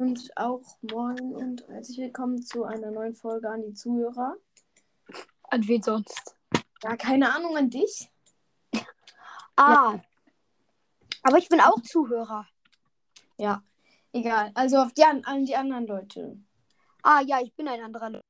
Und auch moin und herzlich willkommen zu einer neuen Folge an die Zuhörer. An wen sonst? Ja, keine Ahnung, an dich. Aber ich bin auch Zuhörer. Ja, egal. Also an die anderen Leute. Ja, ich bin ein anderer.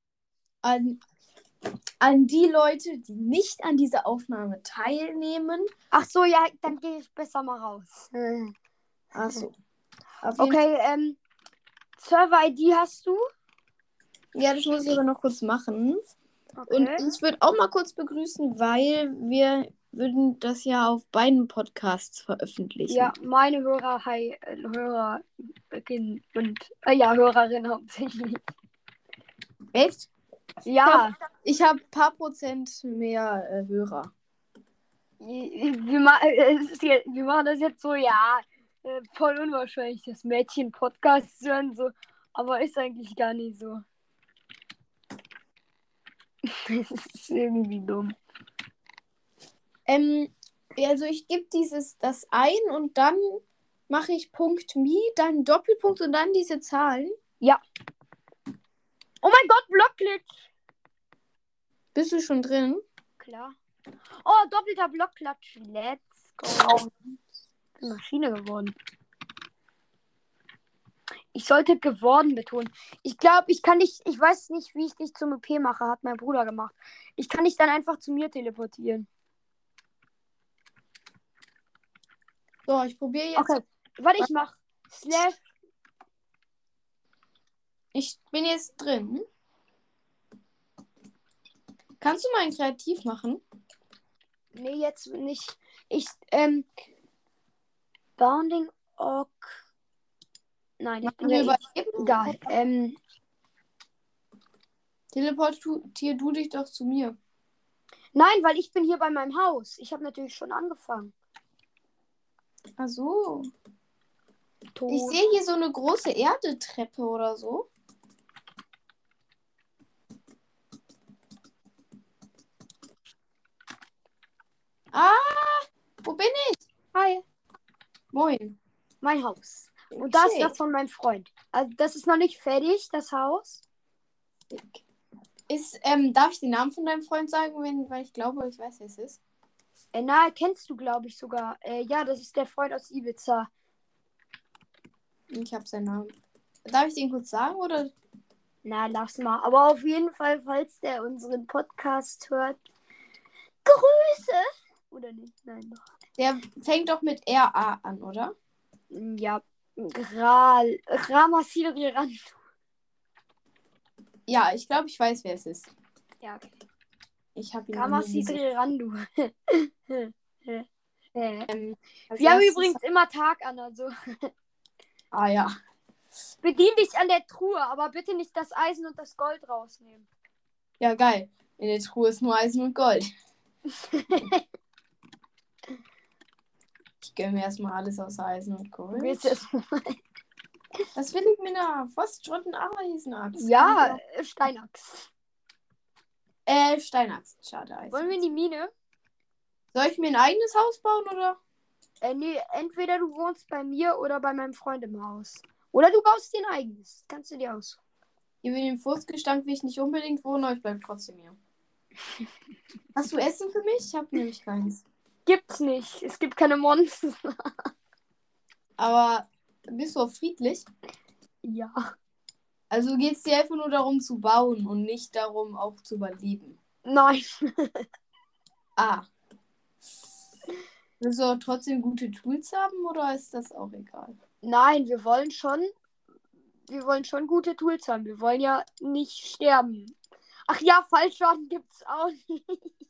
An die Leute, die nicht an dieser Aufnahme teilnehmen. Ach so, ja, dann gehe ich besser mal raus. Ach so. Okay, Server-ID hast du? Ja, das muss ich aber noch kurz machen. Okay. Und ich würde auch mal kurz begrüßen, weil wir würden das ja auf beiden Podcasts veröffentlichen. Ja, meine Hörer, Hörer beginnen und Hörerin hauptsächlich. Echt? Ja. Ich habe ein paar Prozent mehr Hörer. Wir machen das jetzt so, voll unwahrscheinlich, dass Mädchen Podcasts hören, so, aber ist eigentlich gar nicht so. Das ist irgendwie dumm. Also ich gebe das ein und dann mache ich .me, dann Doppelpunkt und dann diese Zahlen. Ja. Oh mein Gott, Blockglitch. Bist du schon drin? Klar. Oh, doppelter Blockklatsch. Let's go. Bin Maschine geworden. Ich sollte geworden betonen. Ich glaube, ich weiß nicht, wie ich dich zum OP mache, hat mein Bruder gemacht. Ich kann dich dann einfach zu mir teleportieren. So, ich probiere jetzt. Okay, warte, ich mach Slash. Ich bin jetzt drin. Kannst du mal ein Kreativ machen? Nee, jetzt nicht. Bounding Orc. Nein, ich bin ja egal. Teleportier du dich doch zu mir. Nein, weil ich bin hier bei meinem Haus. Ich habe natürlich schon angefangen. Ach so. Tot. Ich sehe hier so eine große Erdetreppe oder so. Wo bin ich? Hi. Moin. Mein Haus. Und das ist das von meinem Freund. Also das ist noch nicht fertig, das Haus. Darf ich den Namen von deinem Freund sagen, weil ich glaube, ich weiß, wer es ist? Kennst du, glaube ich, sogar. Ja, das ist der Freund aus Ibiza. Ich habe seinen Namen. Darf ich den kurz sagen, oder? Na, lass mal. Aber auf jeden Fall, falls der unseren Podcast hört, Grüße! Oder nicht? Nein, doch. Der fängt doch mit RA an, oder? Ja, Ramasiri Randu. Ja, ich glaube, ich weiß, wer es ist. Ja, okay. Ich habe ihn Ramasiri Randu. Wir Wir haben übrigens immer Tag an, also. Ja. Bedien dich an der Truhe, aber bitte nicht das Eisen und das Gold rausnehmen. Ja, geil. In der Truhe ist nur Eisen und Gold. Ich gönne mir erstmal alles aus Eisen und Gold. Was will ich mit einer Frostschrotten Eisenaxt? Ja, Steinachs. Steinaxt. Schade. Eisen. Wollen wir in die Mine? Soll ich mir ein eigenes Haus bauen, oder? Nee, entweder du wohnst bei mir oder bei meinem Freund im Haus. Oder du baust dir ein eigenes. Kannst du dir aussuchen. Über den Furzgestank will ich nicht unbedingt wohnen, aber ich bleibe trotzdem hier. Hast du Essen für mich? Ich habe nämlich keins. Gibt's nicht. Es gibt keine Monster. Aber bist du auch friedlich? Ja. Also geht es dir einfach nur darum zu bauen und nicht darum auch zu überleben? Nein. Willst du auch trotzdem gute Tools haben oder ist das auch egal? Nein, wir wollen schon gute Tools haben. Wir wollen ja nicht sterben. Ach ja, Fallschaden gibt's auch nicht.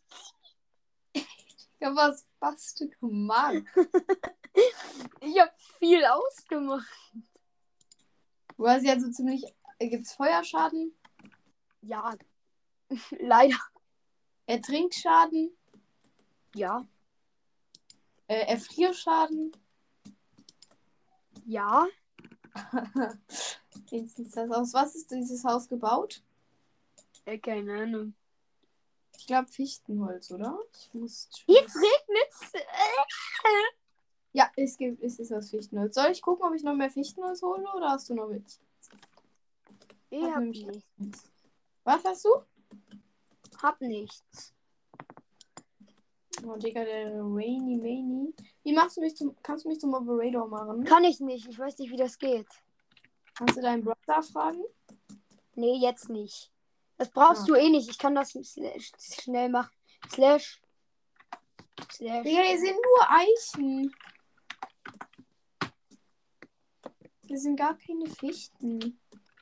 Ja, was hast du gemacht? Ich habe viel ausgemacht. Du hast ja so ziemlich... Gibt's Feuerschaden? Ja, leider. Trinkschaden? Ja. Erfrierschaden? Ja. Wie sieht das aus? Was ist dieses Haus gebaut? Keine Ahnung. Ich glaube Fichtenholz, oder? Jetzt regnet's. Ja, es ist aus Fichtenholz. Soll ich gucken, ob ich noch mehr Fichtenholz hole oder hast du noch mit? Ich Hab hab nämlich nichts. Was hast du? Hab nichts. Oh, Digga, der Rainy Mani. Kannst du mich zum Operator machen? Kann ich nicht. Ich weiß nicht, wie das geht. Kannst du deinen Brother fragen? Nee, jetzt nicht. Das brauchst du eh nicht. Ich kann das schnell machen. Slash. Digga, hier sind nur Eichen. Hier sind gar keine Fichten.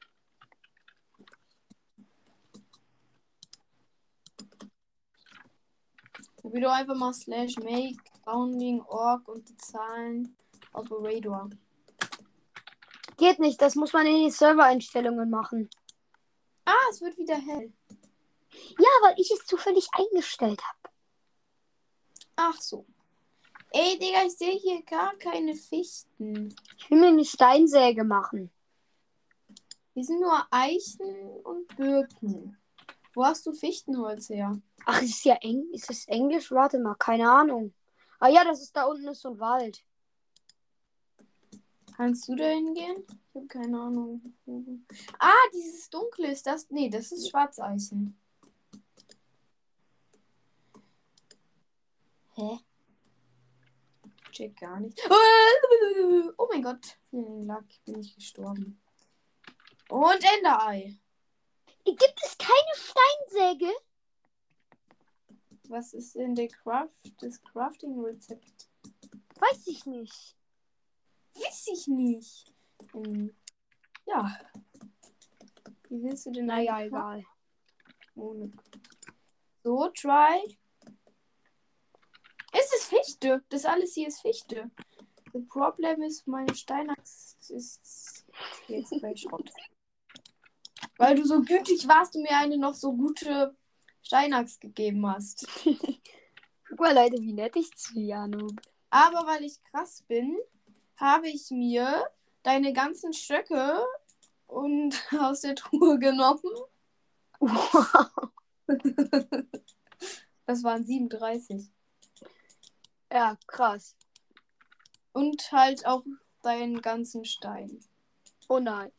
Probier doch einfach mal slash make, bounding, org und die Zahlen Operator. Geht nicht. Das muss man in die Servereinstellungen machen. Ah, es wird wieder hell. Ja, weil ich es zufällig eingestellt habe. Ach so. Ey, Digga, ich sehe hier gar keine Fichten. Ich will mir eine Steinsäge machen. Hier sind nur Eichen und Birken. Wo hast du Fichtenholz her? Ach, ist ja eng. Ist es Englisch? Warte mal, keine Ahnung. Ah ja, das ist da unten ist so ein Wald. Kannst du da hingehen? Ich habe keine Ahnung. Ah, dieses dunkle ist das. Nee, das ist Schwarzeichen. Hä? Check gar nicht. Oh mein Gott. Vielen Dank, bin ich gestorben. Und Enderei. Gibt es keine Steinsäge? Was ist denn das Crafting-Rezept? Weiß ich nicht. Weiß ich nicht. Ja. Wie willst du denn Naja, einen egal. ohne? So, try. Es ist Fichte. Das alles hier ist Fichte. Das Problem ist, meine Steinachs ist jetzt gleich Schrott. Weil du so gütig warst und mir eine noch so gute Steinachs gegeben hast. Guck mal, Leute, wie nett ich zu Jano bin. Aber weil ich krass bin, habe ich mir deine ganzen Stöcke und aus der Truhe genommen. Wow. Das waren 37. Ja, krass. Und halt auch deinen ganzen Stein. Oh nein.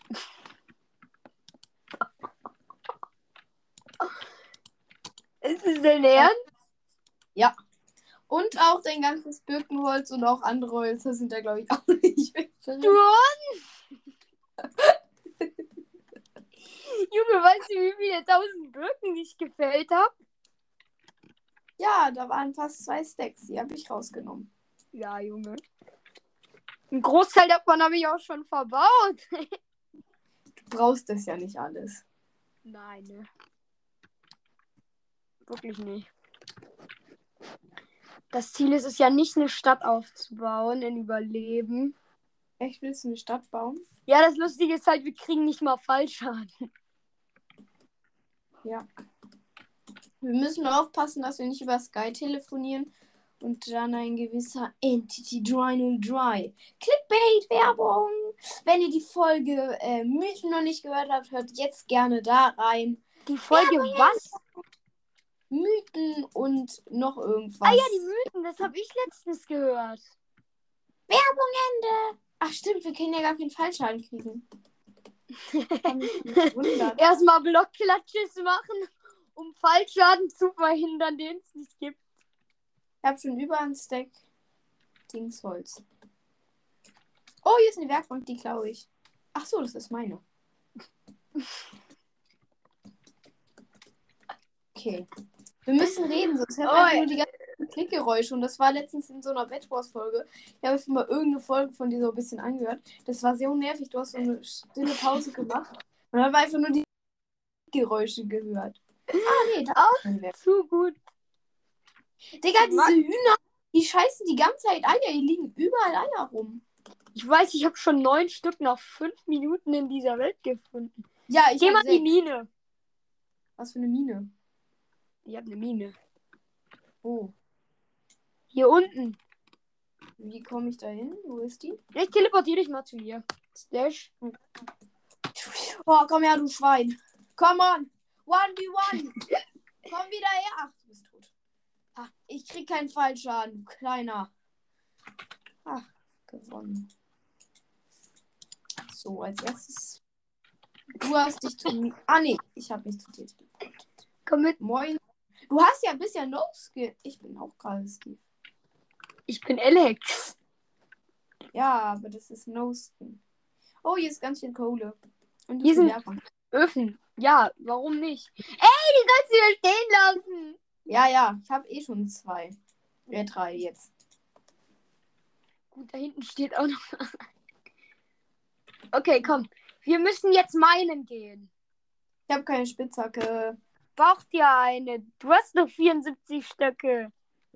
Ist es denn ernst? Ja. Und auch dein ganzes Birkenholz und auch andere Holzer sind da, glaube ich, auch nicht weg. Junge, weißt du, wie viele 1000 Birken ich gefällt habe? Ja, da waren fast 2 Stacks. Die habe ich rausgenommen. Ja, Junge. Ein Großteil davon habe ich auch schon verbaut. Du brauchst das ja nicht alles. Nein, ne. Wirklich nicht. Das Ziel ist es ja nicht, eine Stadt aufzubauen in Überleben. Echt, willst du eine Stadt bauen? Ja, das Lustige ist halt, wir kriegen nicht mal Fallschaden. Ja. Wir müssen nur aufpassen, dass wir nicht über Sky telefonieren und dann ein gewisser Entity Dry 03. Clickbait, Werbung! Wenn ihr die Folge Mythen noch nicht gehört habt, hört jetzt gerne da rein. Die Folge Werbung, was? Mythen und noch irgendwas. Ah ja, die Mythen, das habe ich letztens gehört. Werbung Ende! Ach stimmt, wir können ja gar keinen Fallschaden kriegen. Hab mich gewundert. Erstmal Blockklatsches machen, um Fallschaden zu verhindern, den es nicht gibt. Ich habe schon über einen Stack Dingsholz. Oh, hier ist eine Werkbank, die klaue ich. Ach so, das ist meine. Okay. Wir müssen reden, sonst hört man einfach nur die ganzen Klickgeräusche. Und das war letztens in so einer Bed Wars-Folge. Ich habe mal irgendeine Folge von dir so ein bisschen angehört. Das war so nervig. Du hast so eine stille Pause gemacht. Und dann haben wir einfach nur die Geräusche gehört. Ah, nee, das ist kein Werk. Zu gut. Digga, diese Hühner, die scheißen die ganze Zeit Eier. Hier liegen überall Eier rum. Ich weiß, ich habe schon 9 Stück nach 5 Minuten in dieser Welt gefunden. Ja, ich Geh mal hab in die Mine. Was für eine Mine? Ich habe eine Mine. Oh. Hier unten. Wie komme ich da hin? Wo ist die? Ich teleportiere dich mal zu ihr. Slash. Oh, komm her, du Schwein. Come on. 1v1. Komm wieder her. Ach, du bist tot. Ach, ich krieg keinen Fallschaden, du Kleiner. Ach, gewonnen. So, als erstes Du hast dich zu mir. Ah, nee, ich habe mich zu dir teleportiert. Komm mit. Moin. Du hast ja bisher No-Skin. Ich bin auch gerade Steve. Ich bin Alex. Ja, aber das ist No-Skin. Oh, hier ist ganz viel Kohle. Und Hier viel sind Werkbank. Öfen. Ja, warum nicht? Ey, die sollst du hier stehen lassen. Ja, ich habe eh schon 2. 3 jetzt. Gut, da hinten steht auch noch. Okay, komm. Wir müssen jetzt meinen gehen. Ich habe keine Spitzhacke. Braucht ihr eine? Du hast noch 74 Stöcke.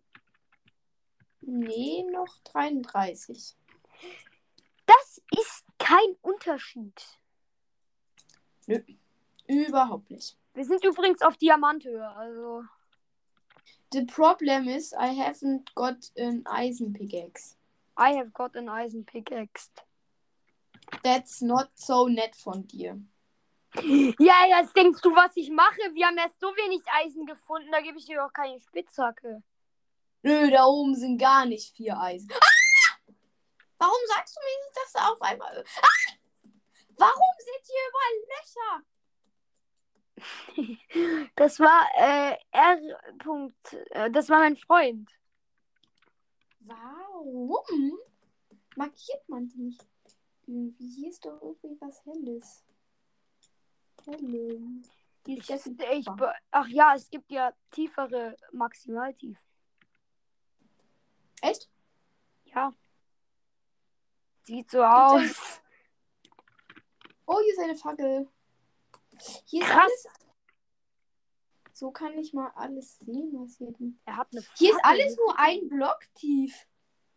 Nee, noch 33. Das ist kein Unterschied. Nö, überhaupt nicht. Wir sind übrigens auf Diamanthöhe, also. The problem is I haven't got an Eisen pickaxe. I have got an iron pickaxe. That's not so nett von dir. Ja, jetzt denkst du, was ich mache? Wir haben erst so wenig Eisen gefunden, da gebe ich dir doch keine Spitzhacke. Nö, da oben sind gar nicht 4 Eisen. Ah! Warum sagst du mir nicht, dass da auf einmal... Ah! Warum sind hier überall Löcher? Das war R. Das war mein Freund. Warum markiert man die nicht? Irgendwie hier ist doch irgendwie was Helles. Ach ja, es gibt ja tiefere Maximaltief. Echt? Ja. Sieht so aus. Oh, hier ist eine Fackel. Hier ist Krass. alles. So kann ich mal alles sehen, was hier drin. Er hat eine Hier ist Fackel. alles nur ein Block tief.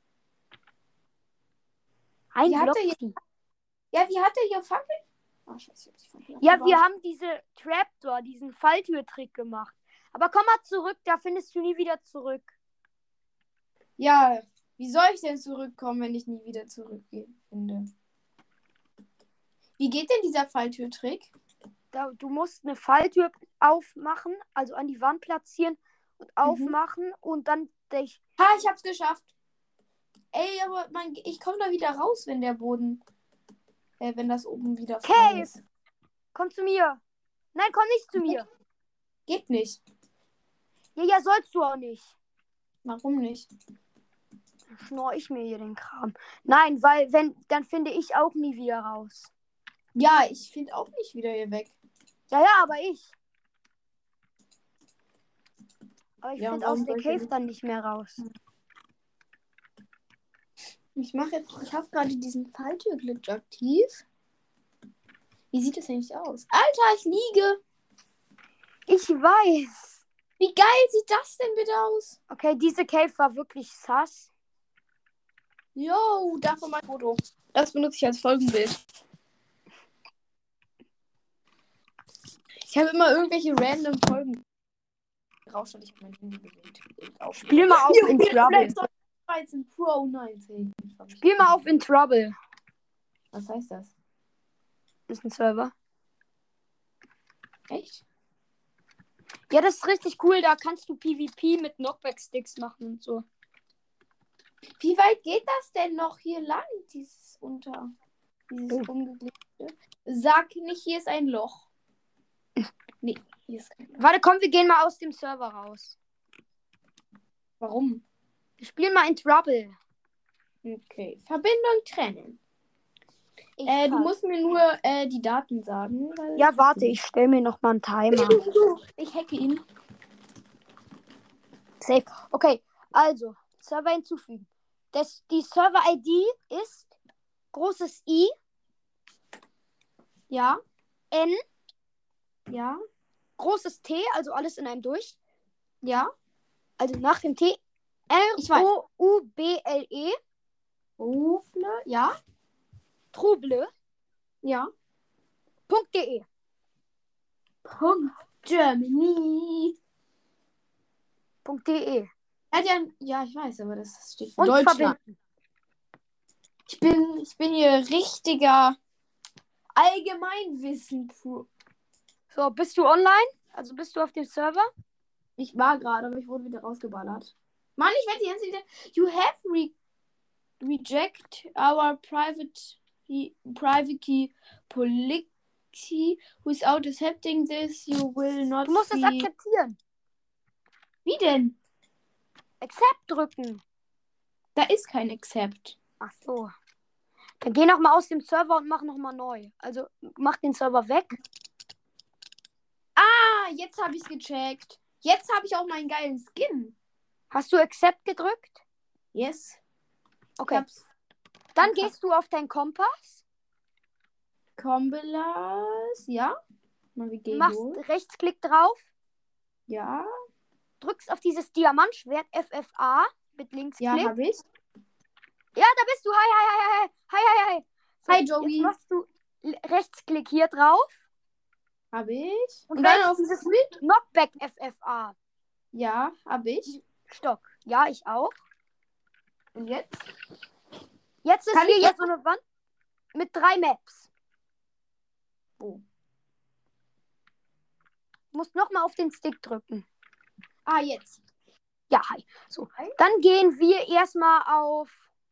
Ein Wie hat Block er hier- tief. Ja, wie hat er hier Fackel? Ah, scheiße, ich hab die Fackel Ja, abgebaut. wir haben diese Trapdoor, diesen Falltürtrick gemacht. Aber komm mal zurück, da findest du nie wieder zurück. Ja, wie soll ich denn zurückkommen, wenn ich nie wieder zurückfinde? Wie geht denn dieser Falltürtrick? Du musst eine Falltür aufmachen, also an die Wand platzieren und aufmachen und dann dich. Ha, ich hab's geschafft. Ey, aber ich komme da wieder raus, wenn der Boden. Wenn das oben wieder frei Cave! ist. Komm zu mir. Nein, komm nicht zu mir. Geht nicht. Ja, sollst du auch nicht. Warum nicht? Schnor ich mir hier den Kram. Nein, weil dann finde ich auch nie wieder raus. Ja, ich finde auch nicht wieder hier weg. Ja, aber ich. Aber ich Ja, und finde aus warum der soll ich Cave nicht? dann nicht mehr raus. Ich habe gerade diesen Falltür-Glitch aktiv. Wie sieht das eigentlich aus? Alter, ich liege. Ich weiß. Wie geil sieht das denn bitte aus? Okay, diese Cave war wirklich sass. Yo, davon mein Foto. Das benutze ich als Folgenbild. Ich habe immer irgendwelche random Folgen. Rauscht, ich mein Handy bewegt. Spiel mal auf In Trouble. 13 Pro 19. Spiel mal auf In Trouble. Was heißt das? Ist ein Server. Echt? Ja, das ist richtig cool. Da kannst du PvP mit Knockback-Sticks machen und so. Wie weit geht das denn noch hier lang? Dieses umgegliederte. Sag nicht, hier ist ein Loch. Nee, hier ist kein Loch. Warte, komm, wir gehen mal aus dem Server raus. Warum? Wir spielen mal In Trouble. Okay. Verbindung trennen. Du musst mir nur die Daten sagen. Ja, warte, ich stelle mir noch mal einen Timer. Ich hacke ihn. Safe. Okay, also, Server hinzufügen. Die Server-ID ist großes I, Ja, N, ja, großes T, also alles in einem durch. ja. Also nach dem T, Ich weiß. R-O-U-B-L-E, Rufle, ja, Trouble, ja. .de. Punkt Germany. .de. Ja, ich weiß, aber das steht für Und Deutschland. verbinden. Ich bin hier richtiger Allgemeinwissen. So, bist du online? Also bist du auf dem Server? Ich war gerade, aber ich wurde wieder rausgeballert. Mann, ich werde die ganze Zeit. You have reject our private key Lexi, without accepting this, you will not Du musst es be... akzeptieren. Wie denn? Accept drücken. Da ist kein Accept. Ach so. Dann geh nochmal aus dem Server und mach nochmal neu. Also mach den Server weg. Ah, jetzt habe ich es gecheckt. Jetzt habe ich auch meinen geilen Skin. Hast du Accept gedrückt? Yes. Okay. Dann gehst du auf deinen Kompass. Kompass, ja. Navigate. Machst Rechtsklick drauf. Ja. Drückst auf dieses Diamantschwert FFA mit Linksklick. Ja, habe ich. Ja, da bist du. Hi, hi, hi, hi. Hi, hi, hi. So, Hi, Joey. Jetzt machst du Rechtsklick hier drauf. Habe ich. Und dann auf dieses Knockback FFA. Ja, habe ich. Stock. Ja, ich auch. Und jetzt? Jetzt ist hier jetzt so eine Wand mit 3 Maps. Oh. Du musst nochmal auf den Stick drücken. Ah, jetzt. Ja, hi. So. Dann gehen wir erstmal auf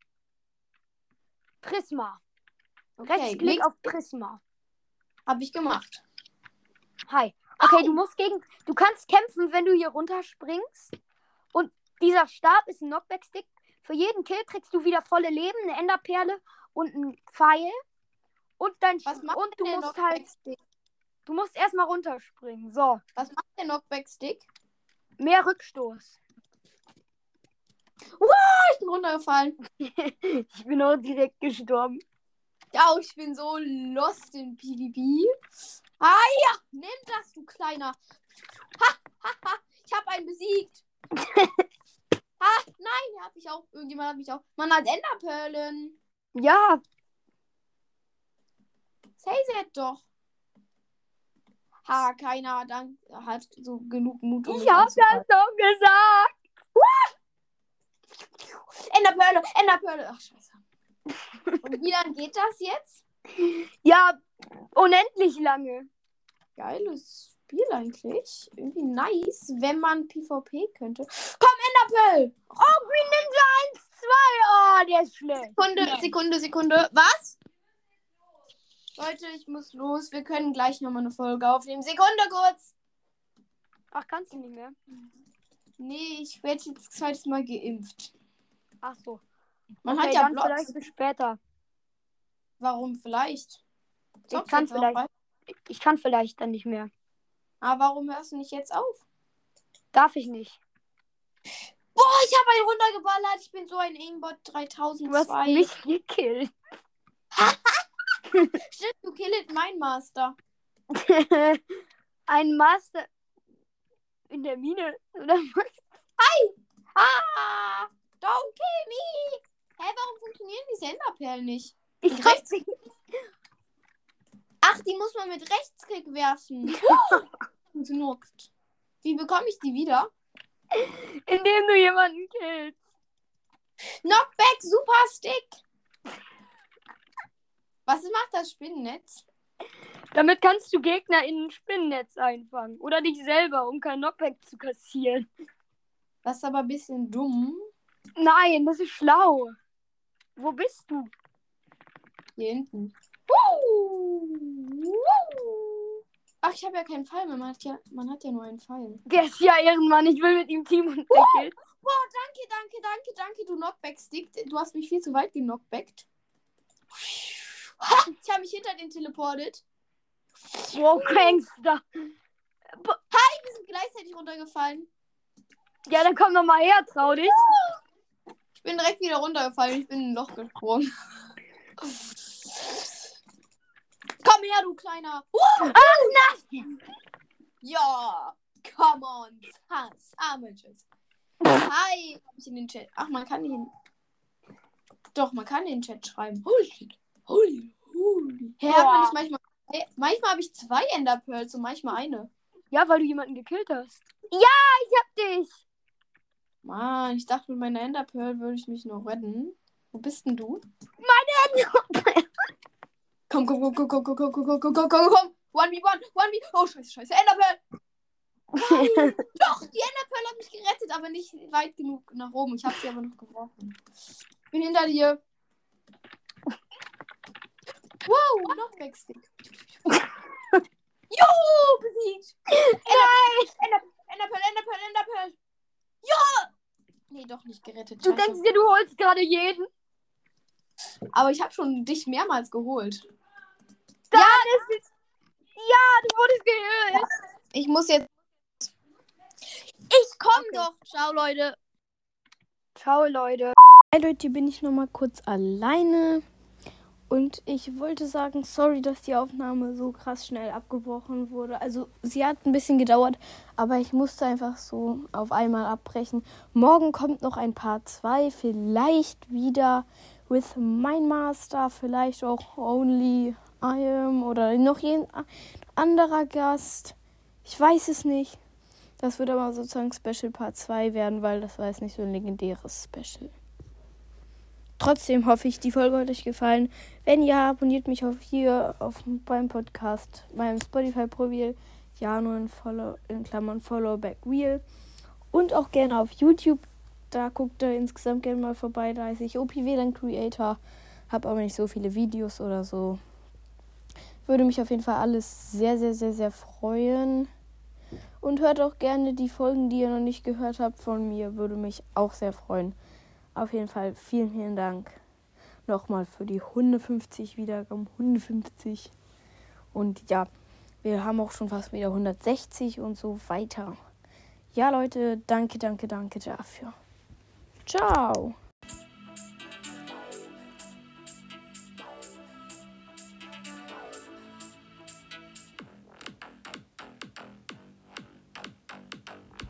Prisma. Okay, Rechtsklick auf Prisma. Habe ich gemacht. Hi. Okay, du kannst kämpfen, wenn du hier runterspringst. Und dieser Stab ist ein Knockback-Stick. Für jeden Kill kriegst du wieder volle Leben, eine Enderperle und einen Pfeil. Und Was macht und du der musst Knockback-Stick? Du musst erstmal runterspringen. So. Was macht der Knockback-Stick? Mehr Rückstoß. Ich bin runtergefallen. Ich bin auch direkt gestorben. Ja, ich bin so lost in PvP. Ah ja, nimm das, du kleiner. Ha, ha, ha. Ich habe einen besiegt. Nein, er hat mich auch. Irgendjemand hat mich auch. Man hat Enderperlen. Ja. Say that doch. Ha, keiner hat so genug Mut. Ich hab das doch gesagt. Enderperle. Ach, scheiße. Und wie lange geht das jetzt? Ja, unendlich lange. Geiles Spiel eigentlich. Irgendwie nice, wenn man PvP könnte. Komm, Enderpearl! Oh, Green Ninja 1, 2. Oh, der ist schlecht. Sekunde. Was? Leute, ich muss los. Wir können gleich nochmal eine Folge aufnehmen. Sekunde kurz. Ach, kannst du nicht mehr? Nee, ich werde jetzt das zweite Mal geimpft. Ach so. Man Okay, hat ja dann Blogs. vielleicht bis später. Warum vielleicht? Ich kann vielleicht dann nicht mehr. Aber warum hörst du nicht jetzt auf? Darf ich nicht. Boah, ich habe einen runtergeballert. Ich bin so ein Aimbot 3002. Du hast mich gekillt. Stimmt, du killet mein Master. Ein Master in der Mine, oder was? Ah! Don't kill me! Hä, warum funktionieren die Senderperlen nicht? Ich Rechts. Ach, die muss man mit Rechtsklick werfen. Genuckt. Wie bekomme ich die wieder? Indem du jemanden killst. Knockback Super Stick. Was macht das Spinnennetz? Damit kannst du Gegner in ein Spinnennetz einfangen. Oder dich selber, um kein Knockback zu kassieren. Das ist aber ein bisschen dumm. Nein, das ist schlau. Wo bist du? Hier hinten. Ach, ich habe ja keinen Pfeil mehr. Man hat ja nur einen Pfeil. Der ist ja Ehrenmann. Ich will mit ihm Team und der killt. Wow, danke, du Knockback-Stick. Du hast mich viel zu weit genockbackt. Ich habe mich hinter den teleportet. Wow, Gangster. Wir sind gleichzeitig runtergefallen. Ja, dann komm noch mal her, trau dich. Ich bin direkt wieder runtergefallen. Ich bin in ein Loch gesprungen. Komm her, du Kleiner. Ach, nein. Ja, come on. Sandwiches. Hi. Hab ich in den Chat. Ach, man kann ihn. Doch, man kann in den Chat schreiben. Holy. Hä, hat man nicht manchmal. Manchmal habe ich 2 Enderpearls und manchmal eine. Ja, weil du jemanden gekillt hast. Ja, ich hab dich. Mann, ich dachte, mit meiner Enderpearl würde ich mich noch retten. Wo bist denn du? Meine Enderpearl. Komm. 1v1. Oh, scheiße. Enderpearl. Nein. Doch, die Enderpearl hat mich gerettet, aber nicht weit genug nach oben. Ich habe sie aber noch geworfen. Ich bin hinter dir. Wow, noch Backstick. Jo, besiegt. Enderpearl. Ja! Nee, doch nicht gerettet. Du Scheiße. denkst dir, du holst gerade jeden. Aber ich habe schon dich mehrmals geholt. Dann ist es... Ja, du wurdest gehört. Ich muss jetzt... Ich komm Okay. doch. Ciao, Leute. Ciao, Leute. Hi Leute, hier bin ich nochmal kurz alleine und ich wollte sagen, sorry, dass die Aufnahme so krass schnell abgebrochen wurde. Also sie hat ein bisschen gedauert, aber ich musste einfach so auf einmal abbrechen. Morgen kommt noch ein Part 2, vielleicht wieder with Mindmaster, vielleicht auch Only I Am oder noch ein anderer Gast. Ich weiß es nicht. Das wird aber sozusagen Special Part 2 werden, weil das war jetzt nicht so ein legendäres Special. Trotzdem hoffe ich, die Folge hat euch gefallen. Wenn ja, abonniert mich beim Podcast, meinem Spotify-Profil. Ja, nur in Klammern Follow Back Wheel. Und auch gerne auf YouTube. Da guckt ihr insgesamt gerne mal vorbei. Da heiße ich OPWLAN Creator. Habe aber nicht so viele Videos oder so. Würde mich auf jeden Fall alles sehr, sehr, sehr, sehr freuen. Und hört auch gerne die Folgen, die ihr noch nicht gehört habt von mir. Würde mich auch sehr freuen. Auf jeden Fall vielen, vielen Dank nochmal für die 150 Wiedergaben. 150. Und ja, wir haben auch schon fast wieder 160 und so weiter. Ja, Leute, danke dafür. Ciao.